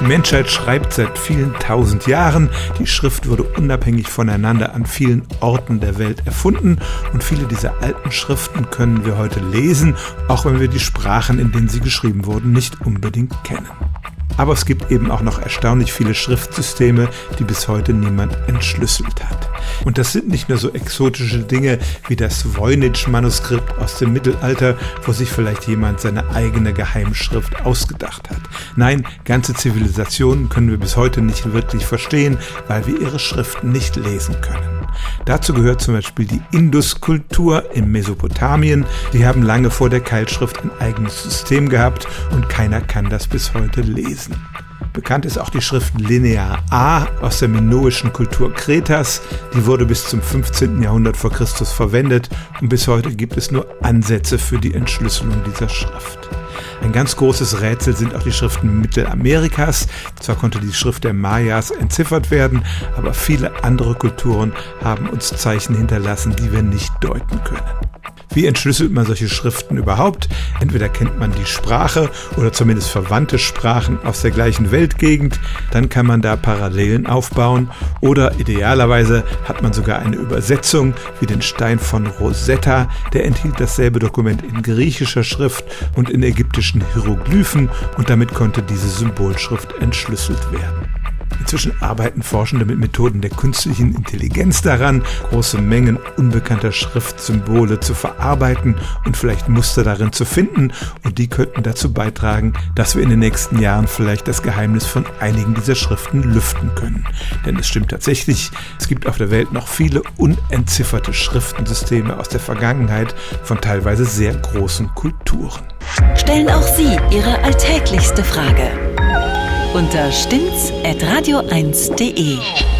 Die Menschheit schreibt seit vielen tausend Jahren. Die Schrift wurde unabhängig voneinander an vielen Orten der Welt erfunden und viele dieser alten Schriften können wir heute lesen, auch wenn wir die Sprachen, in denen sie geschrieben wurden, nicht unbedingt kennen. Aber es gibt eben auch noch erstaunlich viele Schriftsysteme, die bis heute niemand entschlüsselt hat. Und das sind nicht nur so exotische Dinge wie das Voynich-Manuskript aus dem Mittelalter, wo sich vielleicht jemand seine eigene Geheimschrift ausgedacht hat. Nein, ganze Zivilisationen können wir bis heute nicht wirklich verstehen, weil wir ihre Schriften nicht lesen können. Dazu gehört zum Beispiel die Indus-Kultur in Mesopotamien. Die haben lange vor der Keilschrift ein eigenes System gehabt und keiner kann das bis heute lesen. Bekannt ist auch die Schrift Linear A aus der minoischen Kultur Kretas. Die wurde bis zum 15. Jahrhundert vor Christus verwendet und bis heute gibt es nur Ansätze für die Entschlüsselung dieser Schrift. Ein ganz großes Rätsel sind auch die Schriften Mittelamerikas. Zwar konnte die Schrift der Mayas entziffert werden, aber viele andere Kulturen haben uns Zeichen hinterlassen, die wir nicht deuten können. Wie entschlüsselt man solche Schriften überhaupt? Entweder kennt man die Sprache oder zumindest verwandte Sprachen aus der gleichen Weltgegend, dann kann man da Parallelen aufbauen oder idealerweise hat man sogar eine Übersetzung wie den Stein von Rosetta, der enthielt dasselbe Dokument in griechischer Schrift und in ägyptischen Hieroglyphen und damit konnte diese Symbolschrift entschlüsselt werden. Inzwischen arbeiten Forschende mit Methoden der künstlichen Intelligenz daran, große Mengen unbekannter Schriftsymbole zu verarbeiten und vielleicht Muster darin zu finden. Und die könnten dazu beitragen, dass wir in den nächsten Jahren vielleicht das Geheimnis von einigen dieser Schriften lüften können. Denn es stimmt tatsächlich, es gibt auf der Welt noch viele unentzifferte Schriftensysteme aus der Vergangenheit von teilweise sehr großen Kulturen. Stellen auch Sie Ihre alltäglichste Frage unter stimmt's@radio1.de.